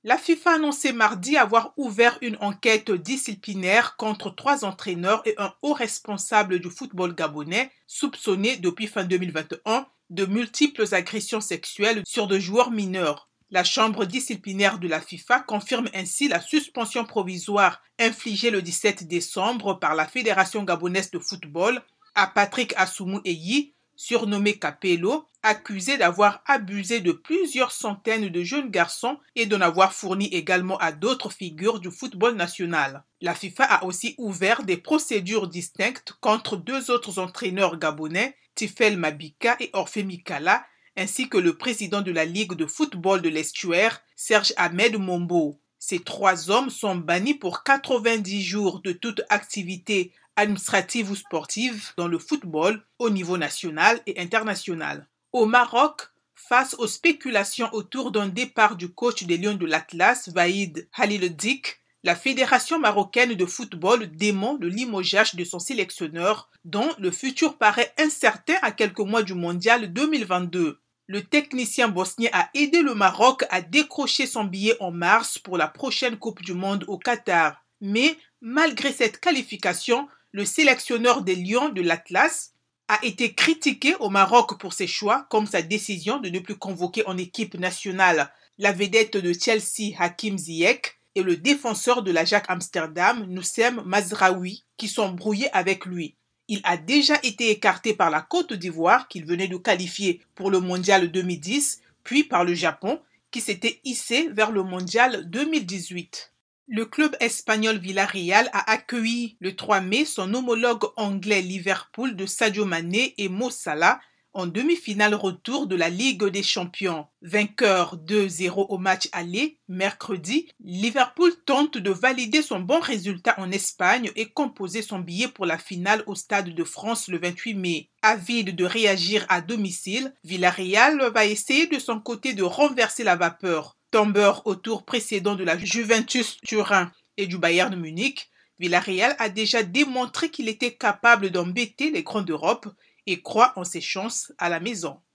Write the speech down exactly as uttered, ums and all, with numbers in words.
La FIFA a annoncé mardi avoir ouvert une enquête disciplinaire contre trois entraîneurs et un haut responsable du football gabonais soupçonnés depuis fin deux mille vingt et un de multiples agressions sexuelles sur de joueurs mineurs. La chambre disciplinaire de la FIFA confirme ainsi la suspension provisoire infligée le dix-sept décembre par la Fédération gabonaise de football à Patrick Assoumou Eyi, surnommé Capello, accusé d'avoir abusé de plusieurs centaines de jeunes garçons et d'en avoir fourni également à d'autres figures du football national. La FIFA a aussi ouvert des procédures distinctes contre deux autres entraîneurs gabonais, Tifel Mabika et Orphée Mikala, ainsi que le président de la Ligue de football de l'Estuaire, Serge Ahmed Mombo. Ces trois hommes sont bannis pour quatre-vingt-dix jours de toute activité administrative ou sportive dans le football au niveau national et international. Au Maroc, face aux spéculations autour d'un départ du coach des Lions de l'Atlas, Vaïd Halildic, la Fédération marocaine de football dément le limogeage de son sélectionneur, dont le futur paraît incertain à quelques mois du mondial deux mille vingt-deux. Le technicien bosnien a aidé le Maroc à décrocher son billet en mars pour la prochaine Coupe du Monde au Qatar. Mais malgré cette qualification, le sélectionneur des Lions de l'Atlas a été critiqué au Maroc pour ses choix, comme sa décision de ne plus convoquer en équipe nationale la vedette de Chelsea Hakim Ziyech et le défenseur de l'Ajax Amsterdam Noussem Mazraoui, qui sont brouillés avec lui. Il a déjà été écarté par la Côte d'Ivoire, qu'il venait de qualifier pour le mondial deux mille dix, puis par le Japon, qui s'était hissé vers le mondial deux mille dix-huit. Le club espagnol Villarreal a accueilli le trois mai son homologue anglais Liverpool de Sadio Mané et Mo Salah en demi-finale retour de la Ligue des Champions. Vainqueur deux zéro au match aller, mercredi, Liverpool tente de valider son bon résultat en Espagne et composer son billet pour la finale au Stade de France le vingt-huit mai. Avide de réagir à domicile, Villarreal va essayer de son côté de renverser la vapeur. Tombeur au tour précédent de la Juventus Turin et du Bayern Munich, Villarreal a déjà démontré qu'il était capable d'embêter les grands d'Europe et croit en ses chances à la maison.